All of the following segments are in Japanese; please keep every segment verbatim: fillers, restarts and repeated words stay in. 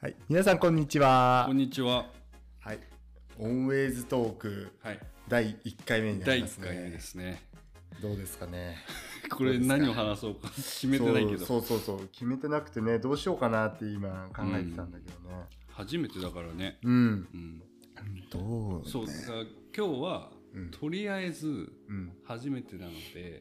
はい、皆さんこんにちは。 こんにちは。 はい、オンウェイズトーク、はい、だいいっかいめになりますね。 だいいっかいめですね。 どうですかね。 これ何を話そうか決めてないけど。 そうそうそうそう、決めてなくてね、どうしようかなって今考えてたんだけどね。うん、 初めてだからね。 うん。うん、どう、ね、 そうだから今日は、うん、とりあえず初めてなので、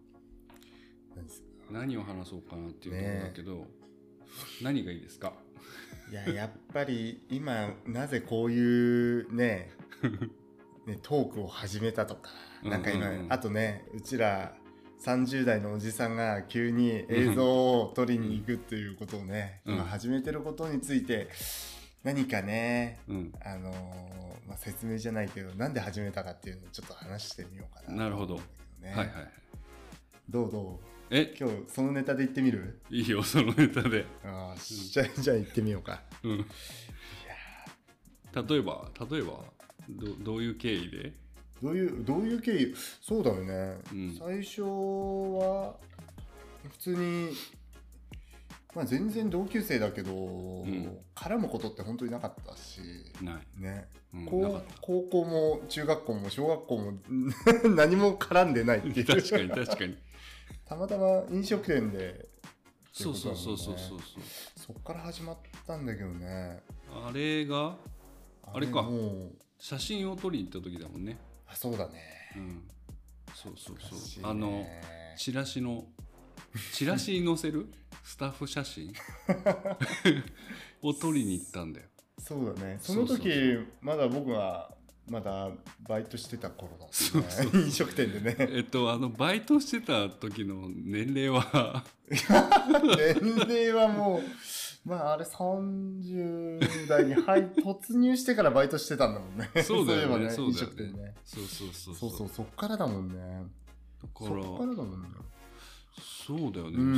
うん、何を話そうかなっていうところだけど、ね、何がいいですか。 いや、やっぱり今なぜこういうねねトークを始めたとか、なんか今、うんうんうん、あとね、うちらさんじゅう代のおじさんが急に映像を撮りに行くっていうことをね、うん、今始めてることについて何かね、うん、あのーまあ、説明じゃないけど、なんで始めたかっていうのをちょっと話してみようかな。 なるほど。はいはい。 どうどうえ今日そのネタで言ってみる？ いいよ、そのネタで。 あ、うん、じゃあじゃあ行ってみようか。うん。いや例えば例えばどどういう経緯で？ どういうどういう経緯？そうだよね。うん、最初は普通に、まあ全然同級生だけど、うん、絡むことって本当になかったし、 ないね。うん、高, 高校も中学校も小学校も何も絡んでないっていう。 確かに確かに。 たまたま飲食店で、 そうそうそうそうそうそう。 そっから始まったんだけどね。 あれがあれか。もう写真を撮りに行った時だもんね。 あ、そうだね。 うん。そうそうそう。あのチラシのチラシに載せるスタッフ写真を撮りに行ったんだよ。 そうだね。その時そうそうそうまだ僕はまだバイトしてた頃だもんね。そうそうそう飲食店でね。 えっとあのバイトしてた時の年齢は年齢はもうまああれさんじゅう代に入突入してからバイトしてたんだもんね。 そうだよね。 そういえばね、飲食店ね。 そうそうそうそうそうそっからだもんね。だからそっからだもんね。 そうだよね。うん、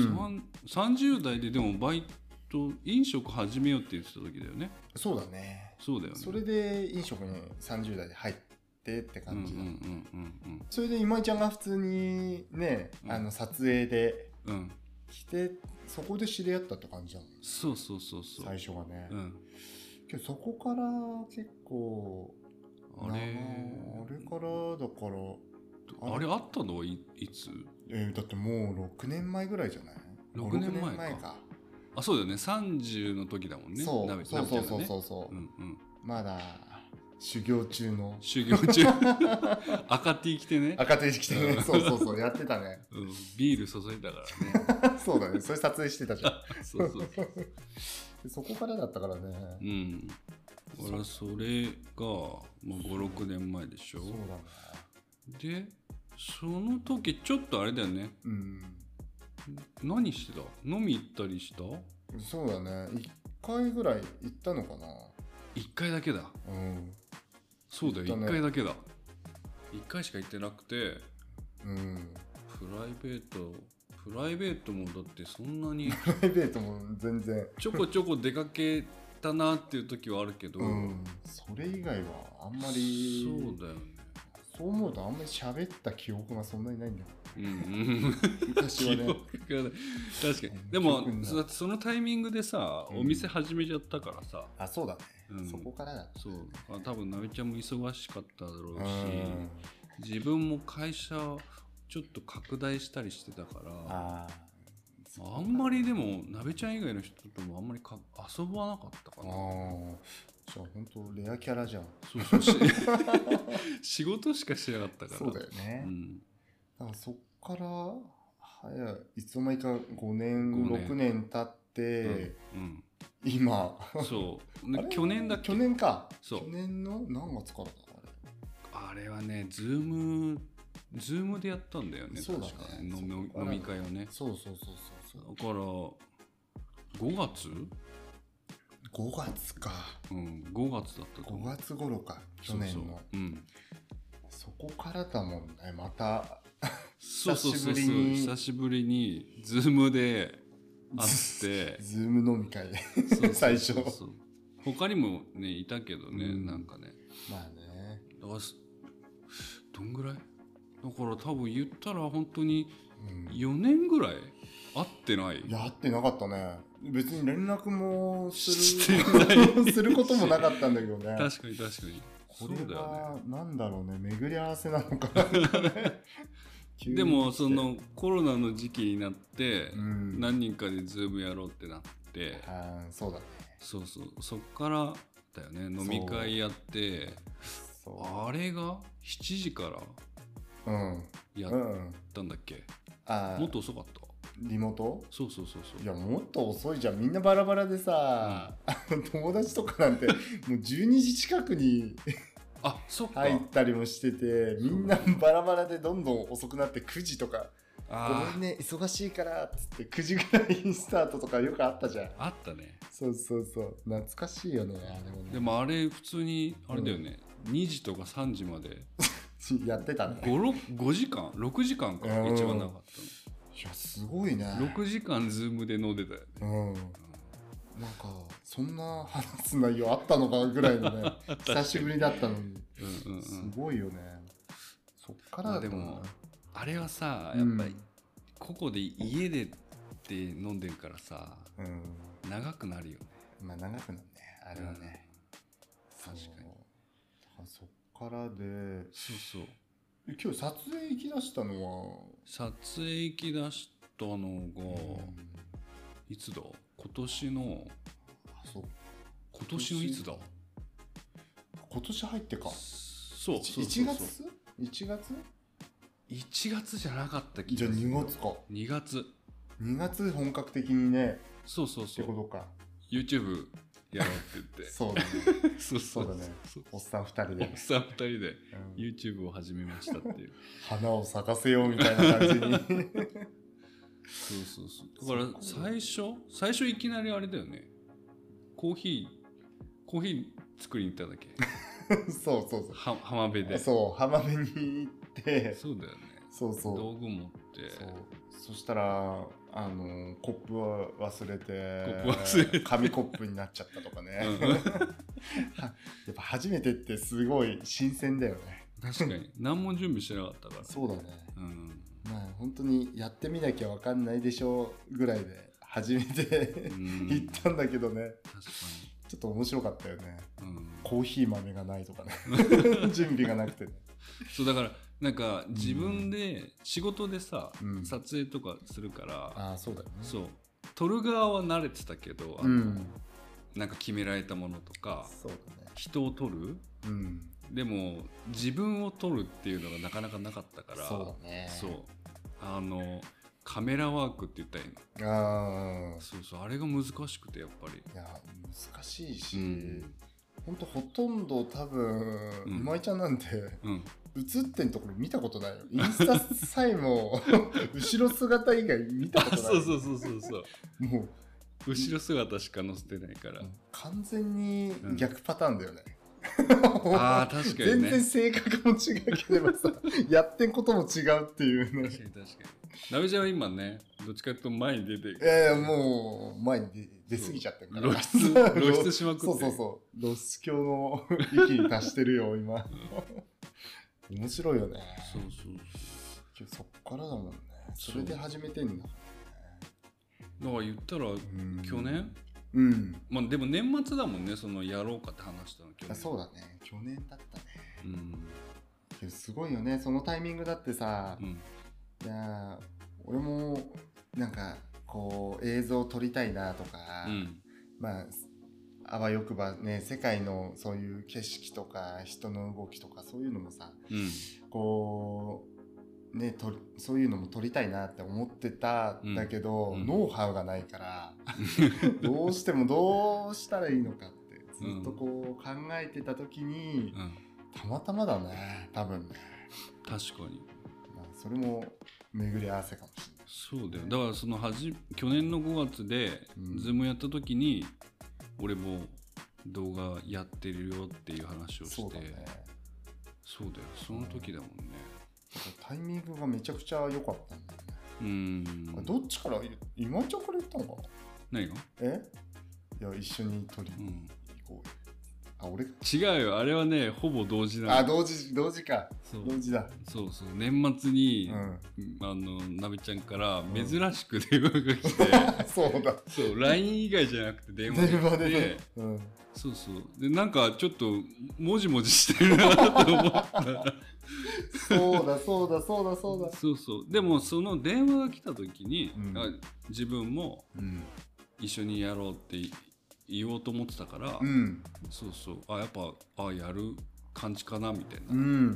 さんじゅう代ででもバイト飲食始めようって言ってた時だよね。 そうだね。 そうだよね。 それで飲食にさんじゅう代で入ってって感じだ。それで今井ちゃんが普通にね、うん、あの撮影で来て、うん、そこで知り合ったって感じだもんね。 そうそうそうそう。 最初がね。うん、けどそこから結構あれあれからだからあれ、あれあったのはい、いつ？ えー、だってもうろくねんまえぐらいじゃない？ ろくねんまえか。あ、そうだよね。さんじゅうの時だもんね。 そうそうそうそうそうそう、うんうん、まだ修行中の修行中赤 T 着てね赤 T 着てねそうそうそうやってたね、 うん、ビール注いだからねそうだね、それ撮影してたじゃんそうそうそうそこからだったからね。 うん。俺はそれがもうごろくねんまえでしょ。 そうだね。でその時ちょっとあれだよね、うん、何してた？飲み行ったりした？ そうだね、いっかいぐらい行ったのかな。 いっかいだけだ。うん。そうだよ、ね、いっかいだけだ。いっかいしか行ってなくて、うん。プライベートプライベートもだってそんなにプライベートも全然ちょこちょこ出かけたなっていう時はあるけど、うん、 それ以外はあんまり。 そうだよね。 そう思うとあんまり喋った記憶がそんなにないんだよ。うんうん、昔はね。 確かに。でもそのタイミングでさ、うん、お店始めちゃったからさ。 あ、そうだね。うん、そこからだ、ね。 そう。多分なべちゃんも忙しかっただろうし、うん、自分も会社ちょっと拡大したりしてたから。ああんまりでもなべちゃん以外の人ともあんまりか遊ばなかったかな。あじゃあ本当レアキャラじゃん。 そうそう仕事しかしてなかったから。 そうだよね。うん、だからそっから早いいつの間にかごねんろくねん経って、うんうん、今そう去年だっけ。 去年か。そう去年の何月からだあれ。あれはねズームズームでやったんだよね。 そうだね。 確かね飲み会をね。 そうそうそうそうだからごがつごがつか。 うん、ごがつだったと思う。 ごがつ頃か、去年の。そうそう、うん、そこからだもんね、また久しぶりに久しぶりにズームで会ってズーム飲み会で最初。そうそう他にもねいたけどね、うん、なんかね。 まあね。 だからどんぐらい？だから多分言ったら本当によねんぐらい会ってない。 いや会ってなかったね。 別に連絡もすしてるないすることもなかったんだけどね。 確かに確かに。 これはなんだろうね、巡り合わせなのかなねでもそのコロナの時期になって、 うん、 何人かでズームやろうってなって、 あ、そうだね。 そうそう、そっからだよね、飲み会やって、あれがしちじからやったんだっけ、うんうん、あ、もっと遅かった。 リモート？そうそうそうそう。 いや、もっと遅いじゃん。みんなバラバラでさ、うん、友達とかなんてもうじゅうにじ近くにあ、そっか、 入ったりもしてて、みんなバラバラでどんどん遅くなってくじとか、ごめんね忙しいからっつってくじぐらいスタートとかよくあったじゃん。あったね。 そうそうそう、懐かしいよね。あれもね。 でもあれ普通にあれだよね、うん、にじとかさんじまでやってたね。 ご, ごじかんろくじかんか、うん、一番長かったの。 いや、すごいね。 ろくじかんズームで飲んでたよね。うん、 うん、なんかそんな話す内容あったのかぐらいのね久しぶりだったのにうんうん、うん、すごいよね。そっからだったな。 まあ、でもあれはさ、やっぱりここで家でって飲んでるからさ、うん、長くなるよね。 まあ長くなるね、あれはね、 うん、確かに。 そっからで、 そうそう、 今日撮影行きだしたのは撮影行きだしたのが、うん、いつだ、今年の、 あ、そう、 今年のいつだ、 今年入ってか、 そうそうそうそう、 いちがつ いちがついちがつじゃなかった気がする。 じゃあにがつか。 にがつにがつ本格的にね。 そうそうそう、 ってことか。 YouTube やろうって言ってそうだねそうそうだね、おっさんふたりでおっさんふたりで YouTube を始めましたっていう、 花を咲かせようみたいな感じにそうそうそう、だから最初最初いきなりあれだよね、コーヒーコーヒー作りに行っただけそうそうそう、 は浜辺で、 そう浜辺に行って、 そうだよね、 そうそう、 道具持って、 そう、そしたらあのコップは忘れて、コップ忘れて紙コップになっちゃったとかねやっぱ初めてってすごい新鮮だよね。 確かに何も準備してなかったから。 そうだね、うん、まあ本当にやってみなきゃ分かんないでしょうぐらいで初めて行ったんだけどね。 確かにちょっと面白かったよね、うん、コーヒー豆がないとかね準備がなくてね。 そうだからなんか自分で仕事でさ、うん、撮影とかするから、 あ、そうだよね、 そう、撮る側は慣れてたけど、あの、うん、なんか決められたものとか、 そうだね、 人を撮る、うん、でも自分を撮るっていうのがなかなかなかったから、 そうだね、 そう、あのカメラワークって言ったらいいの、あ、そうそう、あれが難しくてやっぱり、いや難しいし、うん、ほんとほとんど多分、うん、今井ちゃんなんて、うん、映ってんところ見たことないよ。インスタさえも後ろ姿以外見たことない。 そうそうそうそうそう。もう後ろ姿しか載せてないから。 完全に逆パターンだよね。 うん、ああ確かにね。 全然性格も違うければさ、やってんことも違うっていうね。 確かに確かに。なべちゃんは今ね、どっちかというと前に出てる。 いやいやもう前に 出, 出過ぎちゃってるから。 露出露出しまくって。 そうそうそう。露出狂の域に達してるよ今。面白いよね。 そうそうそう。そっからだもんね。それで始めてんだ、ね。 だから言ったら、去年、 うん。 まあでも年末だもんね、そのやろうかって話したの去年。 そうだね。去年だったね。うん。すごいよね。そのタイミングだってさ、うん、いや俺もなんかこう映像撮りたいなとか、うん、まあ。あわよくばね、世界のそういう景色とか人の動きとかそういうのもさ、うん、こうねとそういうのも撮りたいなって思ってたんだけど、うん、ノウハウがないからどうしてもどうしたらいいのかってずっとこう考えてた時に、うん、たまたまだね多分ね。 確かに、 まあ、それも巡り合わせかもしれない。 そうだよ。だからそのはじ去年のごがつで、うん、ズームやった時に俺も動画やってるよっていう話をして、そうだね、そうだよ、その時だもんね、 うん、タイミングがめちゃくちゃ良かったんだよね。うん、どっちから今ちゃんから言ったのかな。 何が？ えいや一緒に撮りに行こうよ、 あ、俺違うよ、あれはねほぼ同時なの。 あ、同時同時か。 そう同時だ。 そうそう、年末に、うん、あのなべちゃんから珍しく電話が来て、 うん、そうだ、 そう ライン 以外じゃなくて電話電話で、 で、うん、 そうそうで、なんかちょっともじもじしてるなと思ったそうだそうだそうだそうだ。 そうそう、でもその電話が来た時に、 うん、 あ自分も一緒にやろうって言おうと思ってたから、うん、そうそう、あやっぱあやる感じかなみたいな、うん、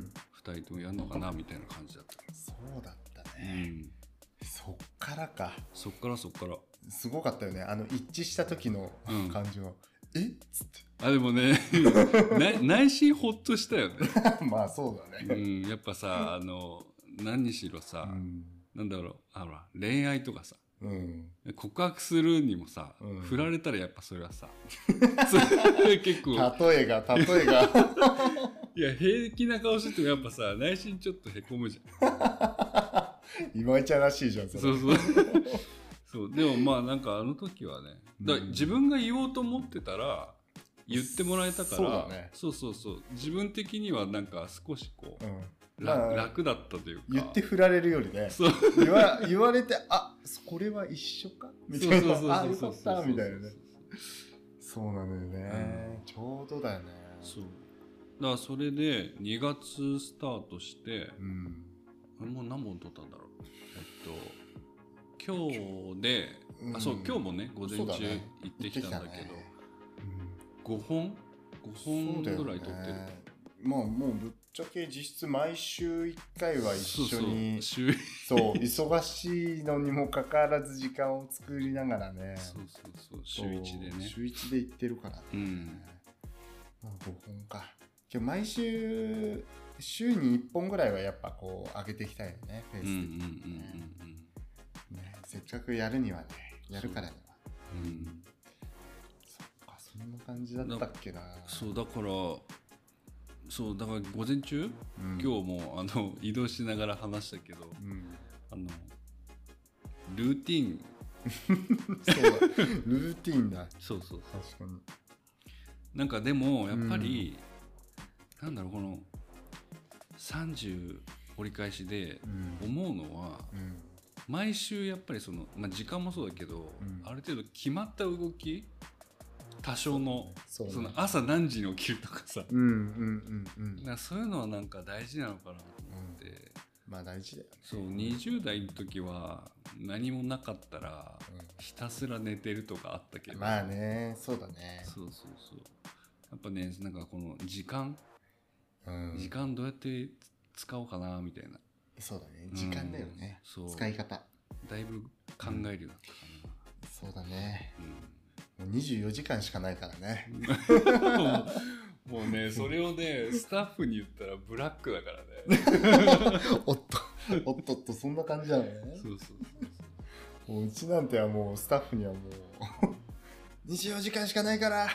ふたりともやるのかなみたいな感じだった。 そうだったね、うん、そっからか。 そっからそっからすごかったよね、あの一致した時の感じは、うん、えっつって。 あでもね内心ほっとしたよねまあそうだね、 うん、やっぱさ、あの何にしろさ、うん、なんだろう、あら恋愛とかさ、うん、告白するにもさ、うん、振られたらやっぱそれはさ結構例えが例えがいや平気な顔しててもやっぱさ内心ちょっとへこむじゃん今井ちゃんらしいじゃんそれ。 そうそうそうでもまあなんかあの時はね、だから自分が言おうと思ってたら言ってもらえたから、そうだね、そうそうそう、自分的にはなんか少しこう、うん、楽, 楽だったというか、 言って振られるよりね、そう言, わ言われて、あこれは一緒かみたいな、あよかったみたいなね。そうなのよね、うん、ちょうどだよね。 そうだからそれでにがつスタートして、うん、もう何本撮ったんだろう、えっと今日で、うん、あそう今日もね午前中行ってきたんだけど、ごほんごほんぐらい撮ってる、ね、 まあもうぶっちゃけ実質毎週いっかいは一緒に、 そうそうそう忙しいのにもかかわらず時間を作りながらね、 そうそうそう週いちでね、 週いちで行ってるからね、うん、まあ、ごほんか。今日毎週週にいっぽんぐらいはやっぱこう上げていきたいよね、ペースで、うんうんうんうんね、せっかくやるにはね、やるからには、うん、そんな感じだったっけな。 そうだからそうだから午前中、うん、今日もあの移動しながら話したけど、うん、あのルーティンそうだルーティンだ。 そうそう確かに。 なんかでもやっぱり、うん、なんだろう、このさんじゅう折り返しで思うのは、うん、毎週やっぱりその、まあ、時間もそうだけど、うん、ある程度決まった動き、多少の そ, う、ね、その朝何時に起きるとかさ、うんうんうんうん、だからそういうのはなんか大事なのかなと思って、うん、 まあ大事だよね。 そうにじゅう代の時は何もなかったら、うん、ひたすら寝てるとかあったけど、 まあね、そうだね。 そうそうそう、やっぱね、なんかこの時間、うん、時間どうやって使おうかなみたいな。 そうだね、時間だよね、うん、使い方だいぶ考えるようになったかな、 うん、そうだね、うん、もうにじゅうよじかんしかないからねもうね、それをねスタッフに言ったらブラックだからねおっとおっとっと、そんな感じなのね。そうそうそうそう、もううちなんてはもうスタッフにはもうにじゅうよじかんしかないから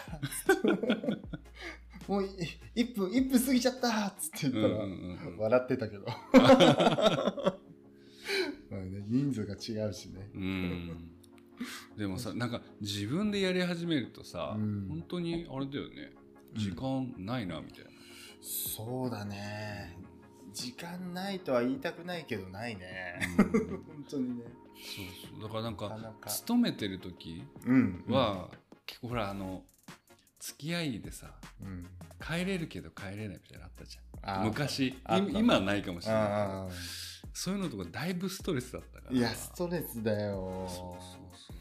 もういっぷんいっぷん過ぎちゃったっつって言ったら、うんうんうん、笑ってたけどまあ、ね、人数が違うしね。うん、 でもさ、なんか自分でやり始めるとさ、うん、本当にあれだよね、時間ないなみたいな、うん、 そうだね、時間ないとは言いたくないけどないね、うん、本当にね。 そうそう、だからなんか勤めてる時は、うん、結構ほらあの付き合いでさ、うん、帰れるけど帰れないみたいなのあったじゃん、昔。今はないかもしれないけど、そういうのとかだいぶストレスだったから。 いやストレスだよ。そうそうそう、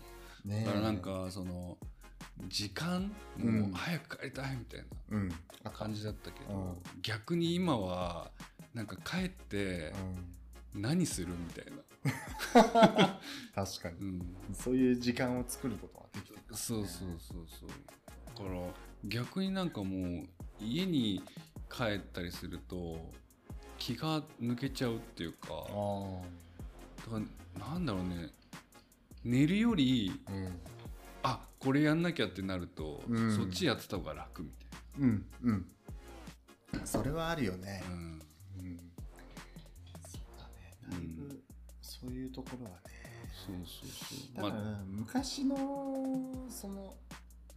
ね、だからなんかその時間もう早く帰りたいみたいな感じだったけど、うん、逆に今はなんか帰って何するみたいな確かに、うん、そういう時間を作ることができてる、ね、 そうそうそうそう、だから逆になんかもう家に帰ったりすると気が抜けちゃうっていうか、あ、だからなんだろうね、寝るより、うん、あこれやんなきゃってなると、うん、そっちやってた方が楽みたいな。うんうん、 それはあるよね。うん、うん、そうだね、だいぶ、うん、そういうところはね。 そうそうそう。 だから、まあ、昔のその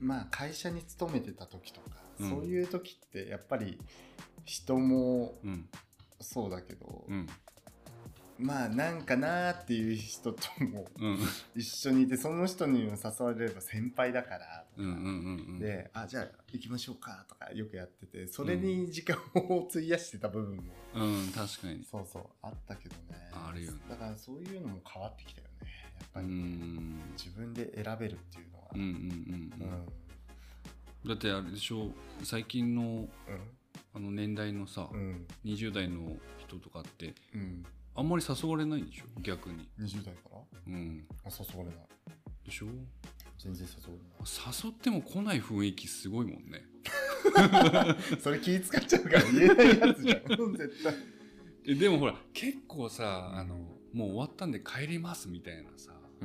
まあ会社に勤めてた時とか、 うん、 そういう時ってやっぱり人もそうだけど、 うん、 まあなんかなーっていう人とも一緒にいて、その人に誘われれば先輩だからとか、うんうんうんうん、で、あ、じゃあ行きましょうかとかよくやってて、それに時間を費やしてた部分も、 うん、確かにそうそうあったけどね。 あるよね。 だからそういうのも変わってきたよね。やっぱり、ね、うん自分で選べるっていうのは。うんうんうんうん。だってあれでしょ、最近の、うん、あの年代のさ、うん、にじゅう代の人とかって、うん、あんまり誘われないんでしょ逆に。 にじゅう代から？うん。あ、誘われない。でしょ？全然誘われない。 誘っても来ない雰囲気すごいもんね。 それ気使っちゃうから言えないやつじゃん。絶対。 えでもほら結構さ、あのもう終わったんで帰りますみたいなさ、うん、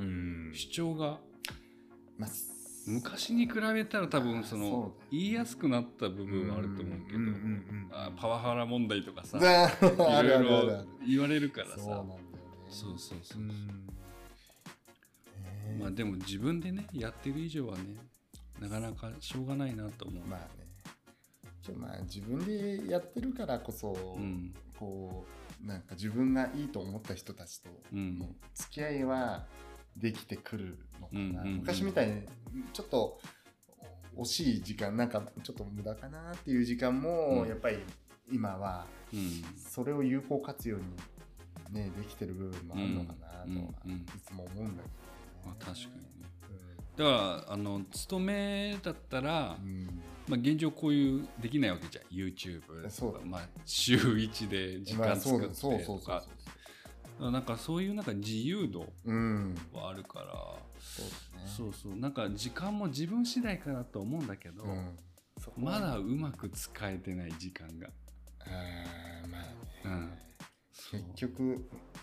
主張が、まあ、昔に比べたら多分その言いやすくなった部分はあると思うけど、あパワハラ問題とかさ、いろいろ言われるからさ、そうなんだよね。そうそうそう。うんまあでも自分でねやってる以上はねなかなかしょうがないなと思う。 まあね。じゃあまあ自分でやってるからこそ、うん、こうなんか自分がいいと思った人たちとの付き合いはできてくるのかな、うんうんうん、昔みたいにちょっと惜しい時間なんかちょっと無駄かなっていう時間もやっぱり今はそれを有効活用に、ね、できてる部分もあるのかなとはいつも思うんだけど、ねまあ、確かにね、うん、だからあの勤めだったら、うんまあ、現状こういうできないわけじゃん YouTube とか、まあ、週いちで時間作ってとかなんかそういうなんか自由度はあるから、うんそうだね、そうそうなんか時間も自分次第かなと思うんだけど、うん、まだうまく使えてない時間があまあ、ねうん、結局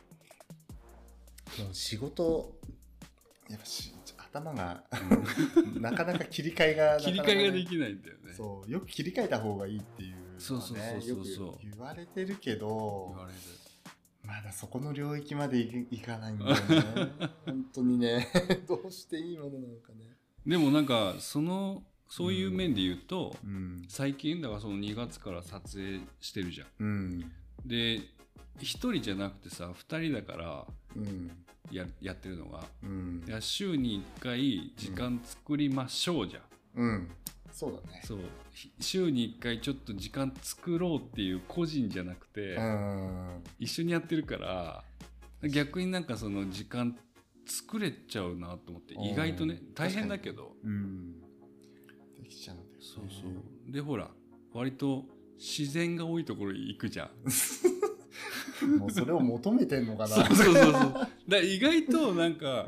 仕事やっぱし頭が、うん、なかなか切り替えが切り替えができないんだよね。 そうよく切り替えた方がいいっていうのはねよく言われてるけど言われるまだそこの領域までいかないんだよね本当にねどうしていいものなのかね。 でもなんかそのそういう面で言うと、うん、最近だからそのにがつから撮影してるじゃん、うん、でひとりじゃなくてさふたりだからや、うん、やってるのが、うん、いや週にいっかい時間作りましょうじゃん、 うん、そうだね。 そう週にいっかいちょっと時間作ろうっていう個人じゃなくて、うん、一緒にやってるから逆になんかその時間作れちゃうなと思って意外とね大変だけど、うん、 できちゃうんだよね。 そうそうでほら割と自然が多いところに行くじゃんもうそれを求めてんのかなそうそうそうそうだ意外となんか、うん、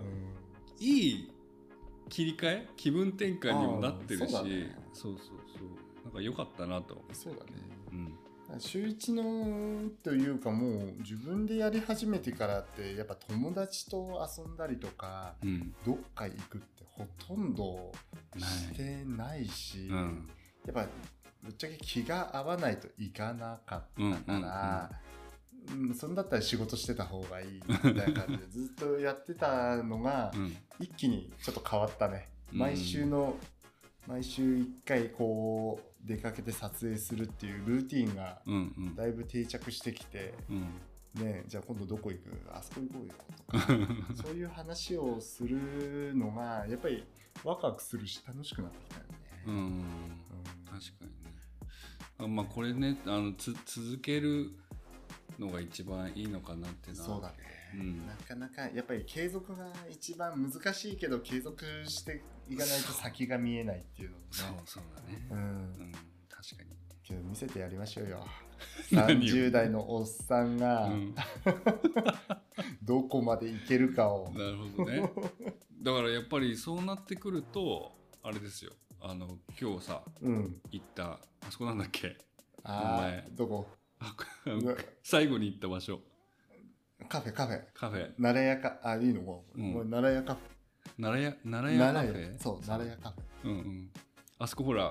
いい切り替え気分転換にもなってるしそう、ね、そうそうそうなんか良かったなと。 そうだね、うん、週一のというかもう自分でやり始めてからってやっぱ友達と遊んだりとか、うん、どっか行くってほとんどしてないし、うん、やっぱぶっちゃけ気が合わないといかなかったから、うんうんうん、そんだったら仕事してた方がいいみたいな感じでずっとやってたのが、うん、一気にちょっと変わったね、うん、毎週の毎週いっかいこう出かけて撮影するっていうルーティーンがだいぶ定着してきて、うん、ね、じゃあ今度どこ行くあそこ行こうよとかそういう話をするのがやっぱりワクワクするし楽しくなってきたよね。うん、うん、 確かにね。あまあこれねあのつ続けるのが一番いいのかなっていうのは。 そうだね、うん、なかなかやっぱり継続が一番難しいけど継続していかないと先が見えないっていうのもね。 そうそうだね、うんうん、確かに。 けど見せてやりましょうよさんじゅう代のおっさんが、うん、どこまでいけるかを。 なるほどね。だからやっぱりそうなってくるとあれですよ、あの今日さ、うん、行ったあそこなんだっけ、 あ前どこ最後に行った場所、 カフェカフェカフェ奈良屋かあいいのもう、うん、奈良屋カフェ奈良屋奈良屋カフェそう奈良屋カフェ、 うんうん、あそこほら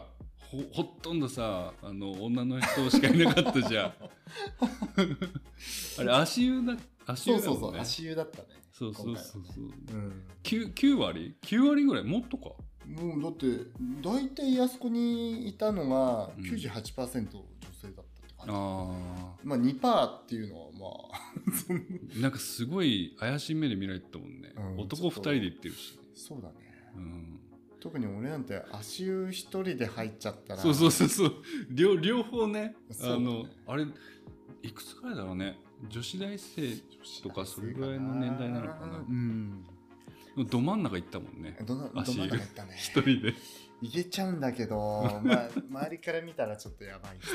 ほ, ほとんどさあの女の人しかいなかったじゃんあれ足湯だ足湯だもんね。 そうそうそう足湯だったね。 そうそうそうそう、 ね、うん、 きゅう, きゅう割 ?きゅう 割ぐらいもっとか。 もうだって大体あそこにいたのが きゅうじゅうはちパーセント 女性だったって感じ、うん、あまあ にパーセント っていうのはまあなんかすごい怪しい目で見られてたもんね、うん、男ふたりで行ってるし、ね、 そうだね、うん、特に俺なんて足湯一人で入っちゃったらそうそうそうそう 両, 両方 ね, あのあれいくつくらいだろうね、女子大生とかそれぐらいの年代なのかな、うんど真ん中行ったもんね。 どど真ん中行ったね。 一人で行けちゃうんだけど、まあ、周りから見たらちょっとやばい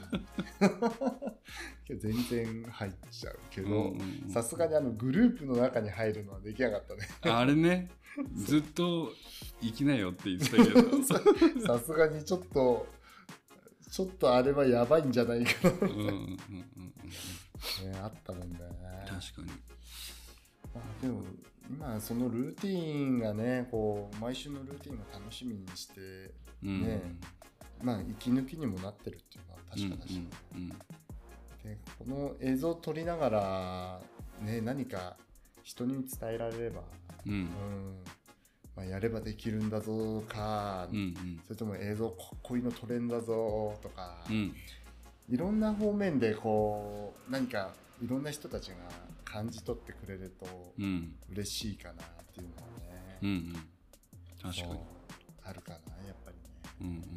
全然入っちゃうけど、さすがにあのグループの中に入るのはできなかったねあれねずっと行きなよって言ってたけどさすがにちょっとちょっとあれはやばいんじゃないかなみたいな、うんうんうんうん、ね、あったもんだよね。 確かに。 まあ、でも今そのルーティーンがねこう毎週のルーティーンが楽しみにしてね、うん、まあ息抜きにもなってるっていうのは確かだし、うんうんうん、でこの映像を撮りながらね何か人に伝えられれば、うんうんまあ、やればできるんだぞか、うんうん、それとも映像こういうの撮れんだぞとか、うん、いろんな方面でこう何かいろんな人たちが感じ取ってくれると嬉しいかなっていうのはね、うんうん、 確かにあるかなやっぱりね、うんうんうんうん、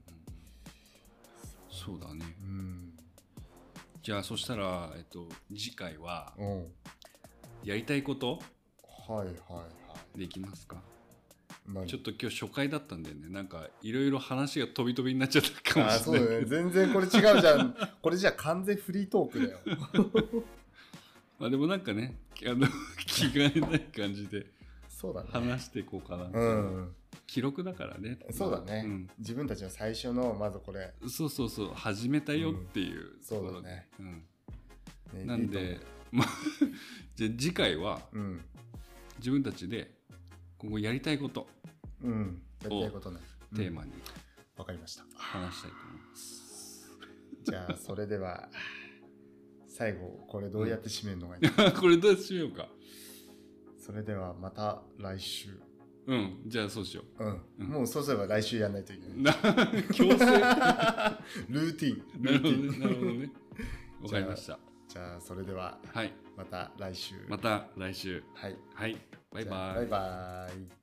そうだね、うん、じゃあそしたら、えっと、次回はやりたいこと、 はいはいはいできますか。ちょっと今日初回だったんでね、なんかいろいろ話が飛び飛びになっちゃったかもしれない。あ、 そうだね、全然これ違うじゃんこれじゃあ完全フリートークだよまあでもなんかね、あの気兼ねない感じで話していこうかな、 うん、 記録だからね。 そうだね、うん、自分たちの最初のまずこれそうそうそう始めたよっていう、うん、 そうだね、うんね、なんでまあじゃあ次回は、うん、自分たちで今後やりたいことを、うん、やりたいことねテーマにわかりました、 話したいと思います。 じゃあそれでは最後これどうやって締めるのがいい、 うん、これどうやって締めようか。 それではまた来週。 うんじゃあそうしよう、うんうん、もうそうすれば来週やんないといけない強制ルーティンなるほどねなるほどねわかりました。 じゃあそれでは、 はい、 また来週また来週はい、 はい、バイバイバイバイ。